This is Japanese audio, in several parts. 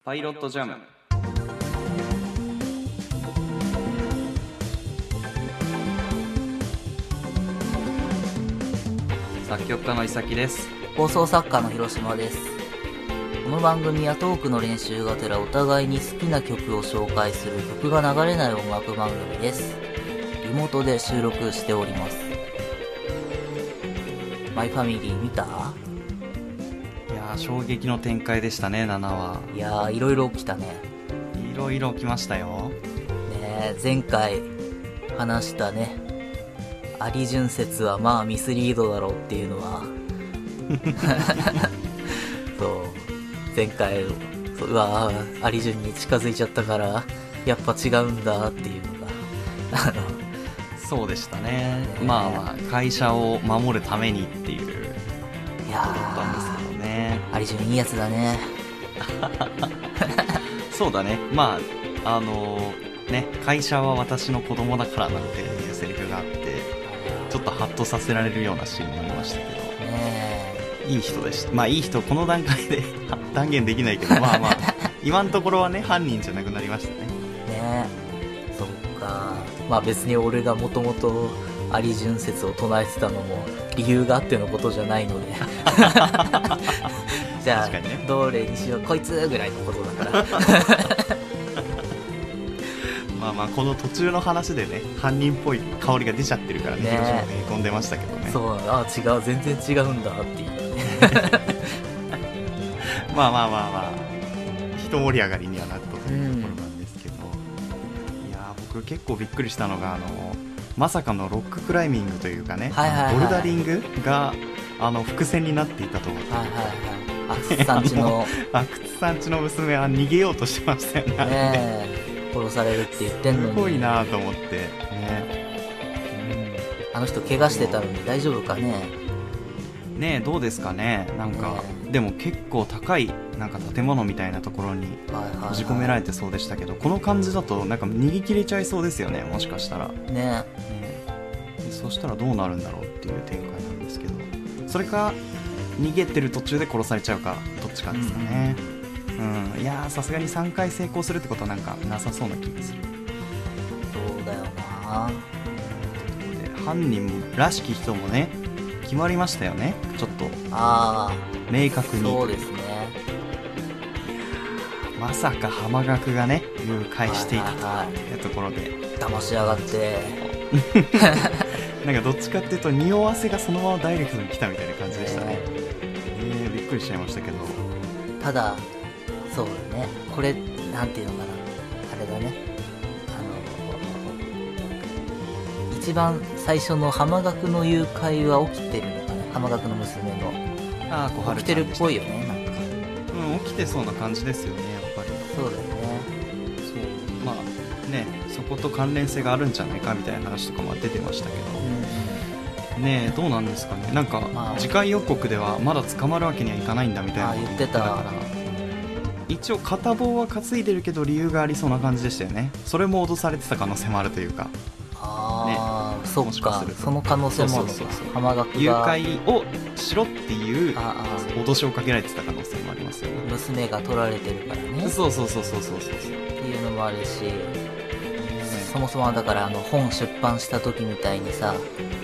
パイロットジャム。作曲家の伊崎です。 放送作家の広島です。この番組はトークの練習がてらお互いに好きな曲を紹介する曲が流れない音楽番組です。リモートで収録しております。マイファミリー見た？ いやー、衝撃の展開でしたね、7話。 いやー、いろいろ起きたね。 いろいろ起きましたよ。 ね、前回話したね、アリジュン説はまあミスリードだろうっていうのはそう前回うわアリジュンに近づいちゃったからやっぱ違うんだっていうのがそうでしたね。まあまあ会社を守るためにっていういことだったんですけどね。 アリジュンいいやつだねそうだね。まあね、会社は私の子供だからなんていうセリフがあって、ちょっとハッとさせられるようなシーンになりましたけど、 ねいい人でした。まあいい人、この段階で断言できないけど、まあまあ今のところはね、犯人じゃなくなりましたね。 ねそっか。まあ別に俺がもともとアリジュン説を唱えてたのも理由があってのことじゃないのでじゃあ、ね、どれにしよう、こいつぐらいのことだからまあまあこの途中の話でね、犯人っぽい香りが出ちゃってるからね、広島で飛んでましたけどね。 そう、あ、違う、全然違うんだっていうまあまあまあまあ一盛り上がりにはなったというところなんですけど、いや僕結構びっくりしたのがまさかのロッククライミングというかね、ボルダリングが伏線になっていたと思って、 阿久津さんちの阿久津さんちの娘は逃げようとしてましたよ ね。 殺されるって言ってんのにすごいなと思ってね、 あの人怪我してたのに大丈夫かね。 ねえ、どうですかね。なんか、でも結構高いなんか建物みたいなところに閉じ込められてそうでしたけど、この感じだとなんか逃げ切れちゃいそうですよね、もしかしたらね。 そしたらどうなるんだろうっていう展開なんですけど、それか逃げてる途中で殺されちゃうか、どっちかですかね。いやー、さすがに3回成功するってことはなんかなさそうな気がする。 そうだよな。 で、犯人らしき人もね決まりましたよね、ちょっと明確に。 そうですね。 まさか浜学がね誘拐していたというところで騙しやがってなんかどっちかっていうと匂わせがそのままダイレクトに来たみたいな感じでしたね。びっくりしちゃいましたけど、 ただそうだね、これなんていうのかな、あれだね、一番最初の浜学の誘拐は起きてるのかな、浜学の娘の小春ちゃんでした。 起きてるっぽいよね、なんか。 起きてそうな感じですよね、やっぱり。 そうだよね。 そう、まあね、そこと関連性があるんじゃないかみたいな話とかも出てましたけど、ねえ、どうなんですかね。なんか、次回予告ではまだ捕まるわけにはいかないんだみたいなこと言ってたから、一応片棒は担いでるけど理由がありそうな感じでしたよね。それも脅されてた可能性もあるというか、 そっか、その可能性もあるのか。浜学が誘拐をしろっていう脅しをかけられてた可能性もありますよね。 娘が取られてるからね。 そうっていうのもあるし、そもそもだから本出版した時みたいにさ、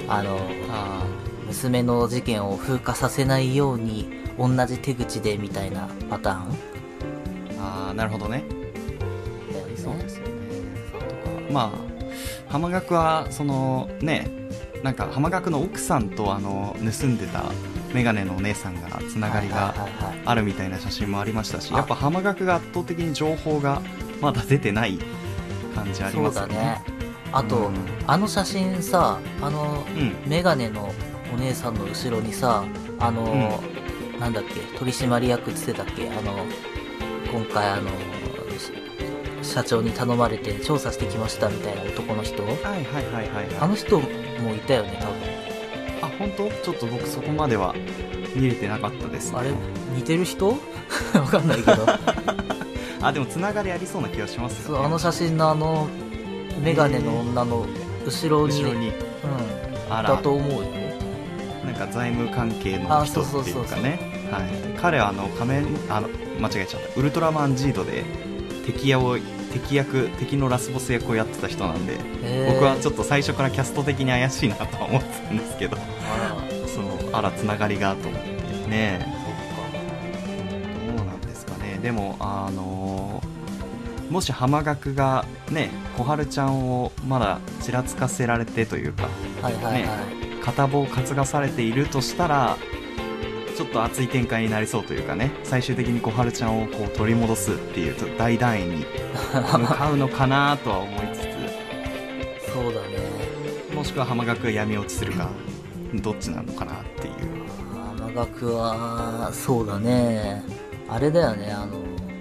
娘の事件を風化させないように同じ手口でみたいなパターン。 なるほどね。そうですよね。まあ浜学はそのね、なんか浜学の奥さんと盗んでたメガネのお姉さんがつながりがあるみたいな写真もありましたし、やっぱ浜学が圧倒的に情報がまだ出てない感じありますよね。そうだね。 あと、あの写真さ、メガネのお姉さんの後ろにさ、なんだっけ、取締役つってたっけ、今回社長に頼まれて調査してきましたみたいな男の人、あの人もいたよね、多分。 本当？ちょっと僕そこまでは見れてなかったですね。 あれ似てる人わかんないけどでもつながりありそうな気がしますよね。 そう、あの写真のメガネの女の後ろにだと思うよ。 なんか財務関係の人っていうかね、 はい、彼は間違えちゃった、ウルトラマンジードで敵のラスボス役をやってた人なんで、僕はちょっと最初からキャスト的に怪しいなとは思ってたんですけど、つながりがと思ってね。どうなんですかね。でももし浜学がね、小春ちゃんをまだちらつかせられてというか、片棒担がされているとしたら、ちょっと熱い展開になりそうというかね、最終的に小春ちゃんをこう取り戻すっていうと大団円に向かうのかなとは思いつつそうだね。 もしくは浜学が闇落ちするか、どっちなのかなっていう。 浜学はそうだね、あれだよね、なんだっ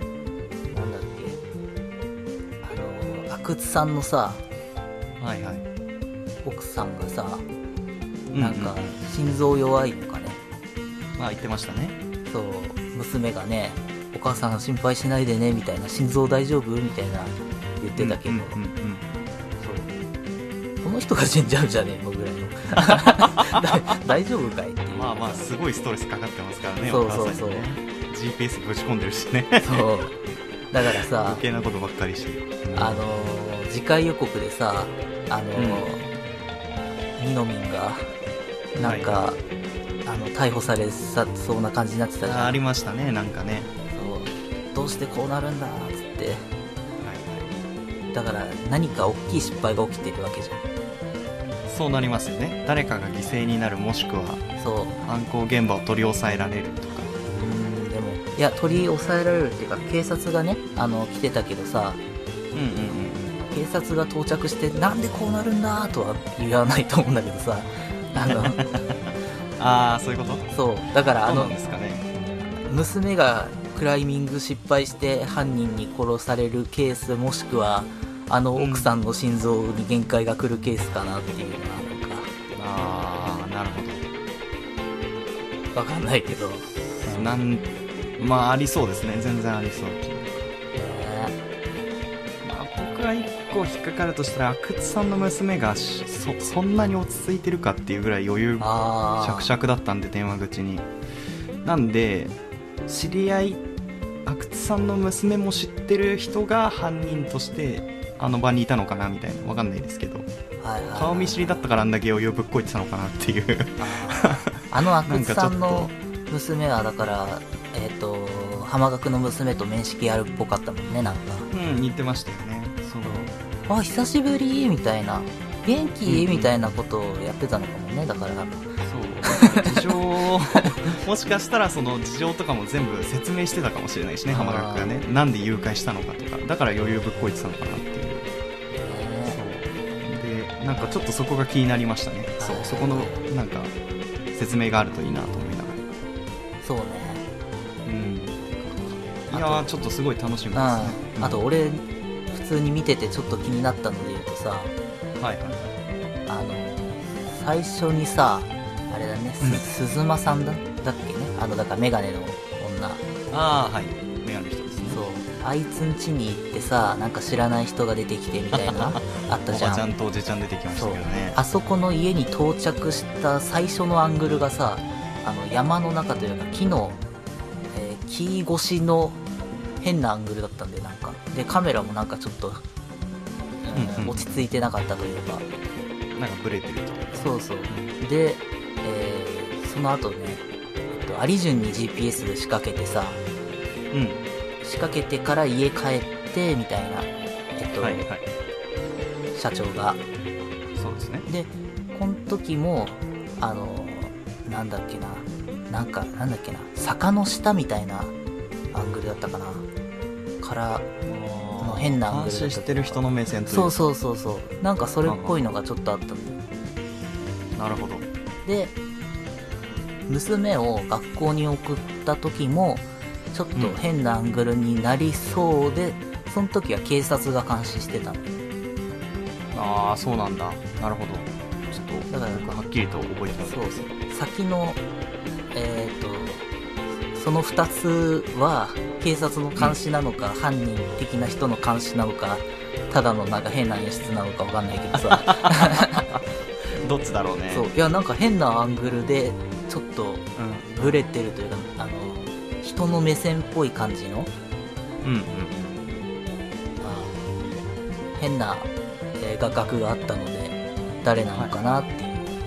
け、阿久津さんのさ、 はいはい、 奥さんがさ、なんか心臓弱いのかね、 言ってましたね。 そう、娘がね、お母さん心配しないでねみたいな、心臓大丈夫みたいな言ってたけど、そう、この人が死んじゃうんじゃねえのぐらいの大丈夫かいっていう。 すごいストレスかかってますからね。 そう、 お母さんにね、GPS ぶち込んでるしね。 そうだからさ、 余計なことばっかりして、 次回予告でさ、みのみんがなんか、逮捕されそうな感じになってたじゃん。 ありましたね、なんかね。 そう、どうしてこうなるんだっつって、だから何か大きい失敗が起きてるわけじゃん。 そうなりますよね。誰かが犠牲になる、もしくは犯行現場を取り押さえられるとか。 でもいや、取り押さえられるっていうか、警察がね来てたけどさ、警察が到着してなんでこうなるんだとは言わないと思うんだけどさ、 そういうこと。 そうだからどうなんですかね、 娘がクライミング失敗して犯人に殺されるケース、もしくは奥さんの心臓に限界が来るケースかなっていうのは、なんかなるほど、わかんないけど、 ありそうですね、全然ありそう。僕が一個引っかかるとしたら、阿久津さんの娘がそんなに落ち着いてるかっていうぐらい余裕しゃくしゃくだったんで、電話口に。なんで知り合い、阿久津さんの娘も知ってる人が犯人としてあの場にいたのかなみたいな、わかんないですけど、顔見知りだったからあんだけ余裕ぶっこいてたのかなっていう阿久津さんの娘はだから浜学の娘と面識あるっぽかったもんね、なんか。 似てましたよね。 そう、久しぶりみたいな、元気みたいなことをやってたのかもね。だから事情もしかしたらその事情とかも全部説明してたかもしれないしね、浜学がね、なんで誘拐したのかとか、だから余裕ぶっこいてたのかなっていう。で、なんかちょっとそこが気になりましたね。そこのなんか説明があるといいなと思いながら。 そうね。 いやちょっとすごい楽しみですね。 あと俺普通に見ててちょっと気になったので言うとさ、最初にさ、あれだね、鈴間さんだっけね、だからメガネの女。メガネの人ですね。そう、あいつん家に行ってさ、なんか知らない人が出てきてみたいなあったじゃん。おばちゃんとおじちゃん出てきましたけどね。 あそこの家に到着した最初のアングルがさ、山の中というか木越しの変なアングルだったんで、なんかでカメラもなんかちょっと、落ち着いてなかったというか、 なんかブレてると。 そうで、その後ね、有順に GPS で仕掛けてさ、仕掛けてから家帰ってみたいな、社長が。 そうですね。 でこの時もなんだっけな、坂の下みたいなアングルだったかな、からの変なアングルだった。 監視してる人の目線というか。 そうなんかそれっぽいのがちょっとあったんだよ。 なるほど。 で娘を学校に送った時もちょっと変なアングルになりそうで、その時は警察が監視してたの。 そうなんだ。なるほど。ちょっとだからはっきりと覚えてます。 先のその2つは警察の監視なのか、犯人的な人の監視なのか、ただのなんか変な演出なのか分かんないけどさどっちだろうね。 いや、なんか変なアングルでちょっとブレてるというか、 人の目線っぽい感じの、変な画角があったので誰なのかなっていう、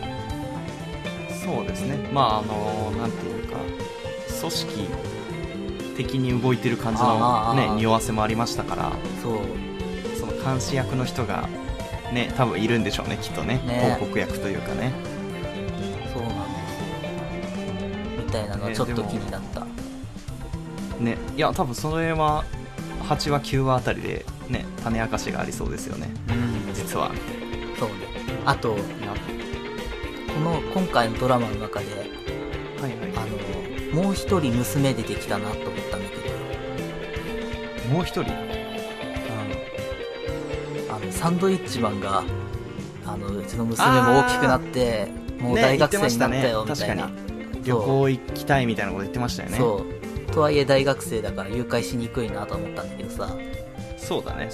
そうですね。なんていうか組織的に動いてる感じのね匂わせもありましたから、その監視役の人がね多分いるんでしょうね、きっとね、広告役というかね。 そうなんですよみたいなのちょっと気になったね。いや多分それは8話9話あたりでね種明かしがありそうですよね、実は。 そうね。あと今回のドラマの中で、もう一人娘出てきたなと思ったんだけど。 もう一人？ サンドイッチマンがうちの娘も大きくなってもう大学生になったよみたいな、 旅行行きたいみたいなこと言ってましたよね。 そうとはいえ大学生だから誘拐しにくいなと思ったんだけどさ。 そうだね。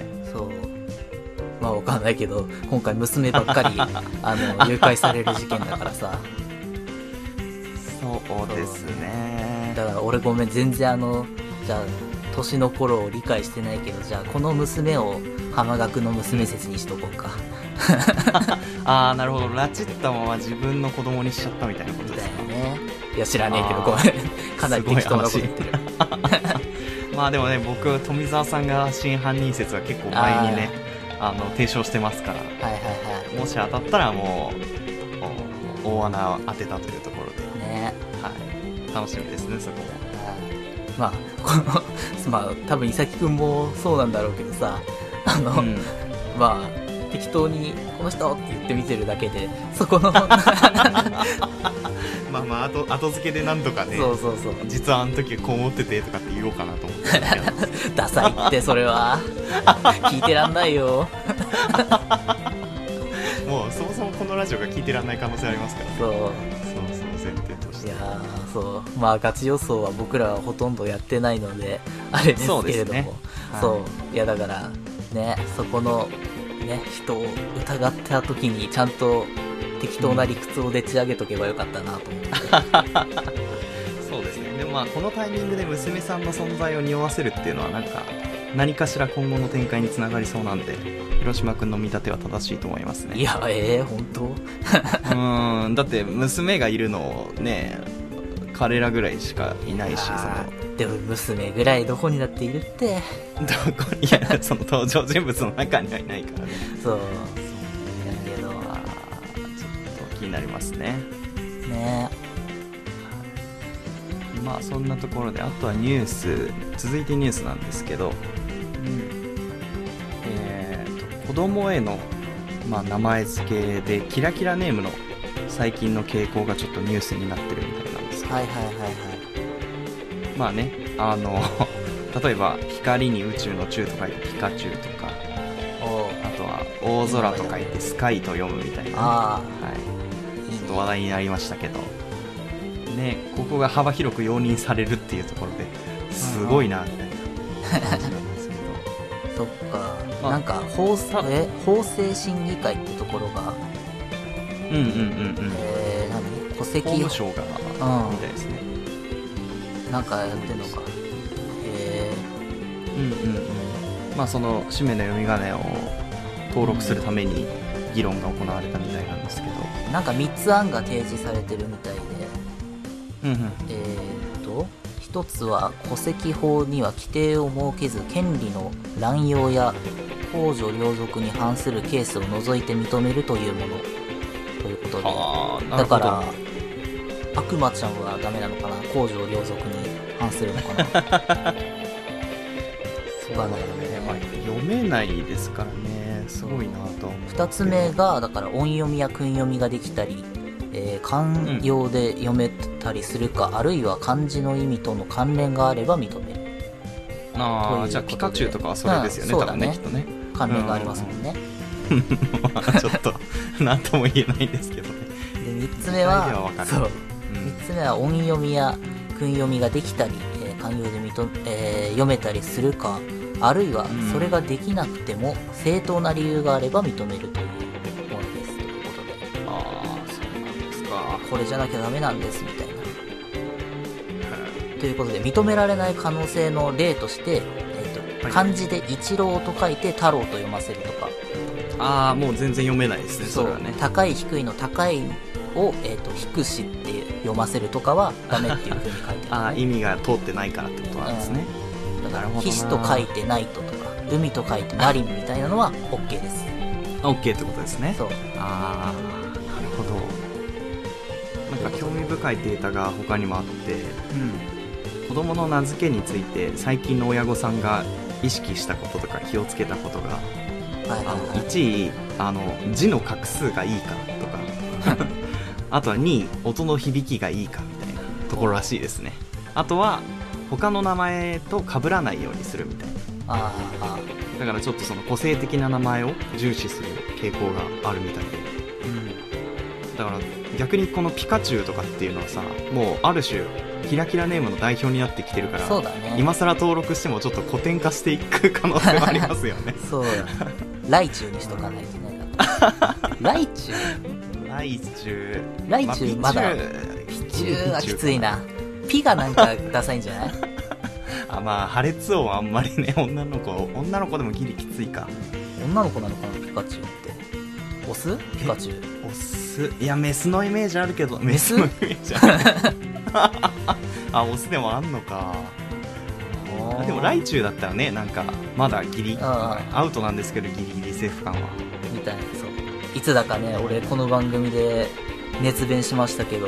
まあわかんないけど今回娘ばっかり誘拐される事件だからさ。 そうですね。 だから俺ごめん、全然じゃあ年の頃を理解してないけど、じゃあこの娘を浜学の娘説にしとこうか。 なるほど。拉致ったまま自分の子供にしちゃったみたいなことですかね。いや知らねえけどごめん、かなり適当なこと言ってる。 まあでもね、僕富澤さんが真犯人説は結構前にね提唱してますから、もし当たったらもう大穴を当てたというところでね、楽しみですね、そこも。 まあ多分伊崎くんもそうなんだろうけどさ、まあ適当にこの人って言ってみてるだけでそこの後付けでなんとかね、実はあの時こう思っててとかって言おうかなと思ってダサいってそれは聞いてらんないよ。 もうそもそもこのラジオが聞いてらんない可能性ありますからね。そう前提として。 いやまあガチ予想は僕らはほとんどやってないのであれですけれども、いやだからね、そこのね人を疑った時にちゃんと適当な理屈をでち上げとけばよかったなと思って、 そうですね。でもこのタイミングで娘さんの存在を匂わせるっていうのは何かしら今後の展開につながりそうなんで、広島君の見立ては正しいと思いますね。 いや本当？だって娘がいるのをね彼らぐらいしかいないし、 でも娘ぐらいどこにだっているって。 どこに？いやその登場人物の中にはいないからね。 そうだけどちょっと気になりますね。まあそんなところで、あとはニュース、続いてニュースなんですけど、子供への、名前付けでキラキラネームの最近の傾向がちょっとニュースになってるみたいなんですけど、まあね、例えば光に宇宙の宙と書いてピカチュウとか、あとは大空と書いてスカイと読むみたいな、ちょっと話題になりましたけどね、ここが幅広く容認されるっていうところですごいなみたいな感じなんですけどそっか、なんか法制審議会ってところが戸籍法務省がみたいですね、 なんかやってんのか。 その氏名の読み仮名を登録するために議論が行われたみたいなんですけど、 なんか3つ案が提示されてるみたいで、一つは戸籍法には規定を設けず権利の乱用や公序良俗に反するケースを除いて認めるというものということで、だから悪魔ちゃんはダメなのかな、公序良俗に反するのかな。 そうだね、読めないですからね、すごいなと。 2つ目がだから音読みや訓読みができたり、慣用で読めたりするか、あるいは漢字の意味との関連があれば認める。 じゃあピカチュウとかはそれですよね、多分ね、きっとね。 関連がありますもんね。 ちょっと何とも言えないんですけどね。 で3つ目は3つ目は音読みや訓読みができたり、慣用で読めたりするか、あるいはそれができなくても正当な理由があれば認めるというものですということで。 そうなんですか。 これじゃなきゃダメなんですみたいな。っということで認められない可能性の例として、漢字で一郎と書いて太郎と読ませるとか。 ああ、もう全然読めないですね。それはね。 高い低いの高いを、低しって読ませるとかはダメっていう風に書いてある、ね、 ああ、意味が通ってないからってことなんですね。 だから菱と書いてナイトとか海と書いてマリンみたいなのは OK です。 OK ってことですね。 そう。 ああ、なるほど。なんか興味深いデータが他にもあって、子供の名付けについて最近の親御さんが意識したこととか気をつけたことが、1位字の画数がいいかとかあとは2位音の響きがいいかみたいなところらしいですね。あとは他の名前と被らないようにするみたいな。だからちょっとその個性的な名前を重視する傾向があるみたいで、だから逆にこのピカチュウとかっていうのはさ、もうある種キラキラネームの代表になってきてるから、 そうだね、 今更登録してもちょっと古典化していく可能性はありますよねそうだね、ライチュウにしとかないとねライチュウライチュウまだピチュウはきついな。ピがなんかダサいんじゃないまあ破裂音はあんまりね、女の子でもギリきついか。 女の子なのかなピカチュウって。オスピカチュウ。 オス、いやメスのイメージあるけど。メスのイメージあるオスでもあんのか。でもライチュウだったらね、なんかまだギリアウトなんですけど、ギリギリセーフ感はみたいな。そう、いつだかね、俺この番組で熱弁しましたけど、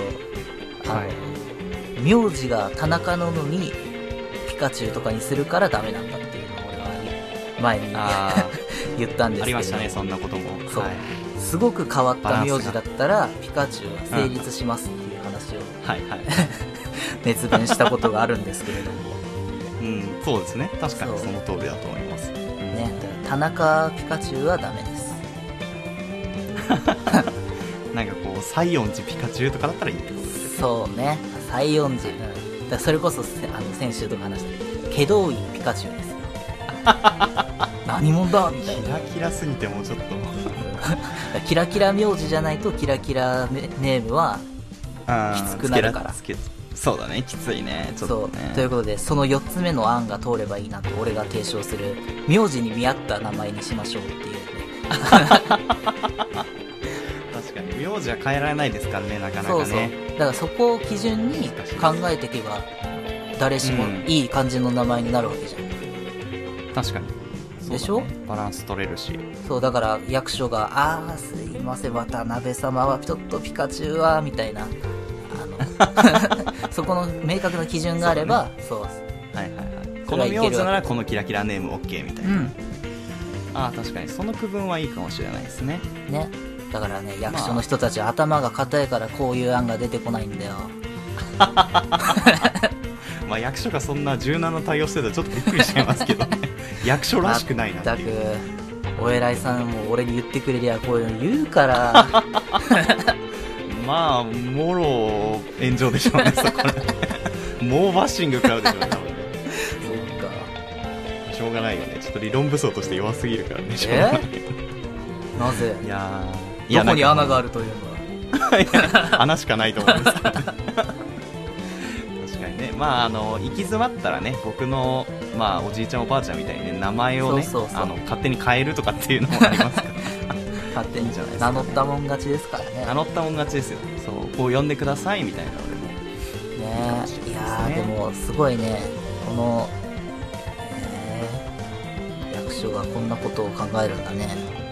名字が田中なのにピカチュウとかにするからダメなんだっていうのを俺は前に言ったんですけど、 ありましたね、そんなことも。 そう、すごく変わった名字だったらピカチュウは成立しますっていう話を、熱弁したことがあるんですけれどもそうですね、確かにその通りだと思いますね。田中ピカチュウはダメですなんかこう西園寺ピカチュウとかだったらいいってことですね。 そうね、西園寺、だそれこそ先週とか話した祁答院ピカチュウですよ何者だみたいな。 キラキラすぎてもちょっとキラキラ名字じゃないとキラキラネームはきつくなるから。 そうだね、きついね、ちょっとね。 そうということで、その4つ目の案が通ればいいなと俺が提唱する、名字に見合った名前にしましょうっていうね確かに名字は変えられないですからね、なかなかね。そうだからそこを基準に考えていけば誰しもいい感じの名前になるわけじゃん、 確かにでしょ。 バランス取れるし。 そうだから役所がすいません渡辺様はちょっとピカチュウはみたいなそこの明確な基準があれば、そうこの名字ならこのキラキラネーム OK みたいな、確かにその区分はいいかもしれないですね。 だからね、役所の人たちは頭が固いからこういう案が出てこないんだよ役所がそんな柔軟な対応してたらちょっとびっくりしちゃいますけどね役所らしくないなっていう。 お偉いさんも俺に言ってくれりゃこういうの言うからもろ炎上でしょうねそこでもうバッシング食らうでしょうね多分ね。そうか、しょうがないよね、ちょっと理論武装として弱すぎるからね。しょうがないなぜどこに穴があるというのは穴しかないと思うんですけど確かにね、行き詰まったらね、僕の、おじいちゃんおばあちゃんみたいにね、名前をね勝手に変えるとかっていうのもありますから勝手に名乗ったもん勝ちですからね。 名乗ったもん勝ちですよ。そう、こう呼んでくださいみたいなのでもね。いやでもすごいね、この、役所がこんなことを考えるんだね。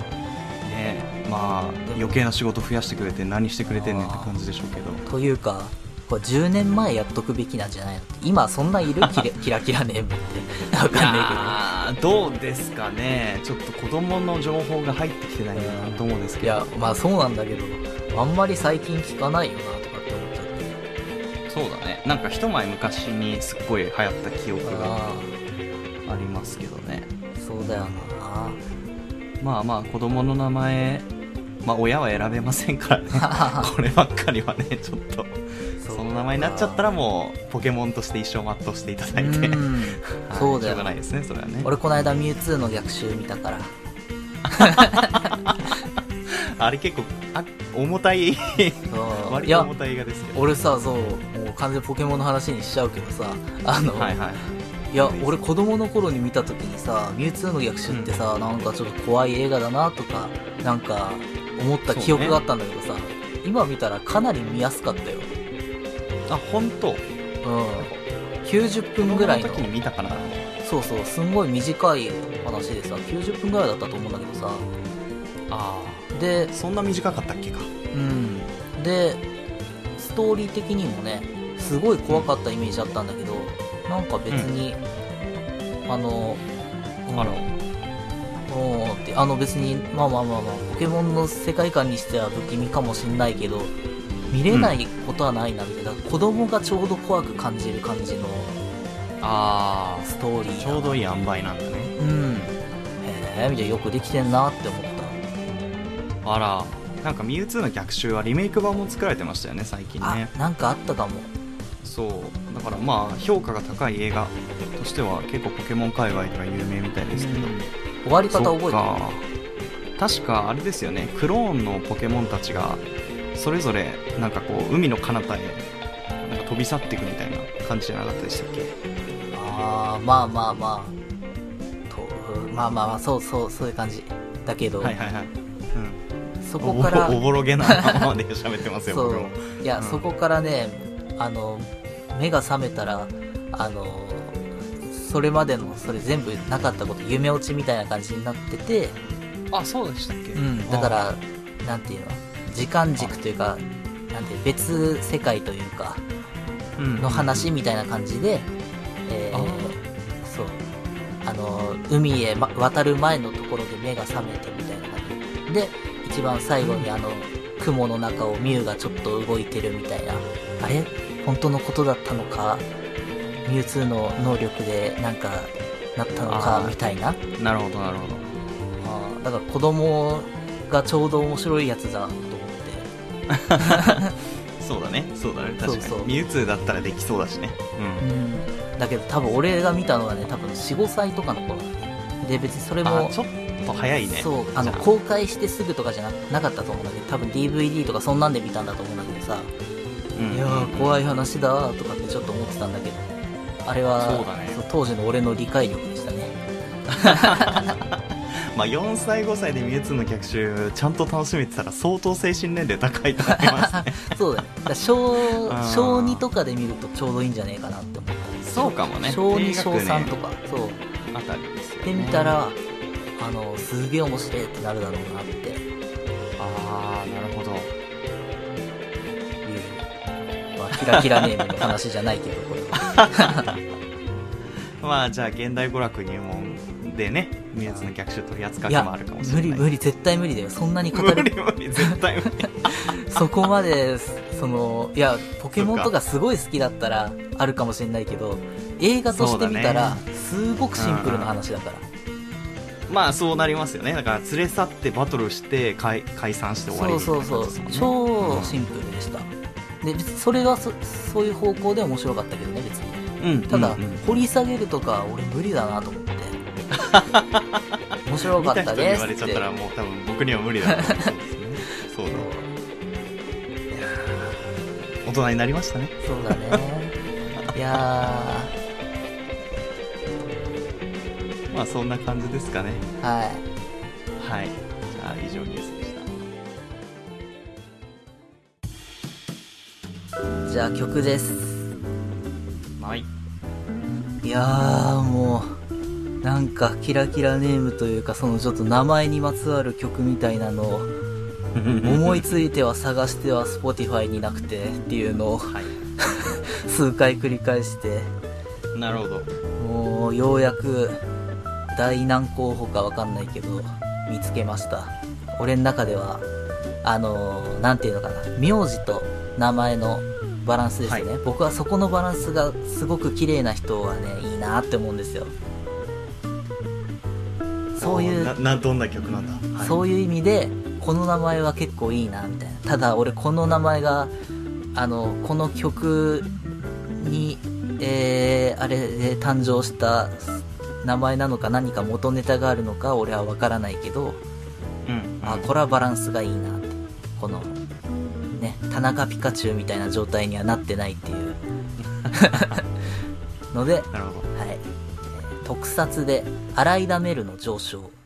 余計な仕事増やしてくれて何してくれてんねんって感じでしょうけど。 というかこれ10年前やっとくべきなんじゃないの。今そんないるキラキラネームって分かんないけど。 どうですかね、ちょっと子供の情報が入ってきてないなと思うんですけど。 いやそうなんだけど、あんまり最近聞かないよなとかって思っちゃって。 そうだね、なんか一前昔にすっごい流行った記憶がありますけどね。 そうだよな。子供の名前、親は選べませんからねこればっかりはね、ちょっとその名前になっちゃったらもうポケモンとして一生全うしていただいてそうだよ、 しょうがないですね、それはね。 俺この間ミュウツーの逆襲見たからあれ結構重たい割と重たい映画ですけど、 俺さ、もう完全ポケモンの話にしちゃうけどさ、 はいはい、 いや俺子供の頃に見た時にさ、ミュウツーの逆襲ってさ、なんかちょっと怖い映画だなとかなんか思った記憶があったんだけどさ、今見たらかなり見やすかったよ。 あ、本当。うん。 90分ぐらいの。 時に見たかな。 そうそう、すんごい短い話でさ、90分ぐらいだったと思うんだけどさ。 ああ。 で、 そんな短かったっけか。 うん。で、ストーリー的にもね、すごい怖かったイメージあったんだけど、なんか別に、別にまあポケモンの世界観にしては不気味かもしんないけど見れないことはないなみたいな、子供がちょうど怖く感じる感じのストーリー、 ちょうどいい塩梅なんだね。 うん。へえ、みたいな、よくできてんなって思った。 あら、なんかミュウツーの逆襲はリメイク版も作られてましたよね最近ね。 なんかあったかも。 そうだからまあ評価が高い映画としては結構ポケモン界隈では有名みたいですけど、 終わり方覚えてる？ 確かあれですよね、クローンのポケモンたちがそれぞれなんかこう海の彼方へなんか飛び去っていくみたいな感じじゃなかったでしたっけ？ そういう感じだけど、 はいはいはい、 うん、そこからおぼろげなままで喋ってますよ僕も。 いや、そこからね、目が覚めたらそれまでのそれ全部なかったこと、夢落ちみたいな感じになってて。 あ、そうでしたっけ？ うん、だからなんていうの、時間軸というか、なんて別世界というかの話みたいな感じで、そう海へ、渡る前のところで目が覚めてみたいな感じで、一番最後に雲の中をミュウがちょっと動いてるみたいな、あれ本当のことだったのか、ミュウツーの能力でなんかなったのかみたいな。 なるほどなるほど。 だから子供がちょうど面白いやつだと思ってそうだね確かにミュウツーだったらできそうだしね、 うん、だけど多分俺が見たのはね、多分 4,5 歳とかの頃で、別にそれもちょっと早いね。 そう公開してすぐとかじゃ なかったと思うんだけど、多分 DVD とかそんなんで見たんだと思うんだけどさ、いやー怖い話だとかってちょっと思ってたんだけど、あれはそうだね、 当時の俺の理解力でしたね。 まあ4歳5歳でミュウツーの逆襲ちゃんと楽しめてたら相当精神年齢高いと思いますね。 そうだね、小2とかで見るとちょうどいいんじゃねえかなって思った。 そうかもね、 小2小3とかそうあたりですよね。 で見たらすげえ面白いってなるだろうなって。 なるほど。 キラキラネームの話じゃないけどこれは。 まあじゃあ現代娯楽入門でね、ミュウツーの逆襲とやつかけもあるかもしれない。 無理絶対無理だよ、そんなに語る。 無理絶対無理。 そこまでいやポケモンとかすごい好きだったらあるかもしれないけど、映画として見たらすごくシンプルな話だから。 まあそうなりますよね。だから連れ去ってバトルして解散して終わりみたいな感じですもんね。 超シンプルでした。で別にそれはそういう方向で面白かったけどね、別に、ただ、掘り下げるとか俺無理だなと思って。面白かったですって見た人に言われちゃったらもう多分僕には無理だと思うんですね。そうだ。大人になりましたね。 そうだね。いやまあそんな感じですかね。 はい。 じゃあ以上ニュースでした。 じゃあ曲です。 はい。 いやーもうなんかキラキラネームというか、そのちょっと名前にまつわる曲みたいなのを思いついては探しては Spotify になくてっていうのを、数回繰り返して、 なるほど。 もうようやく第何候補かわかんないけど見つけました。俺の中ではなんていうのかな、名字と名前のバランスですね、僕はそこのバランスがすごく綺麗な人はねいいなって思うんですよ。そういうどんな曲なんだ、 そういう意味でこの名前は結構いいなみたいな。ただ俺この名前がこの曲に、あれで誕生した名前なのか何か元ネタがあるのか俺は分からないけど、これはバランスがいいなって、このね田中ピカチュウみたいな状態にはなってないっていうので、 なるほど。 はい、特撮で洗いだめるの上昇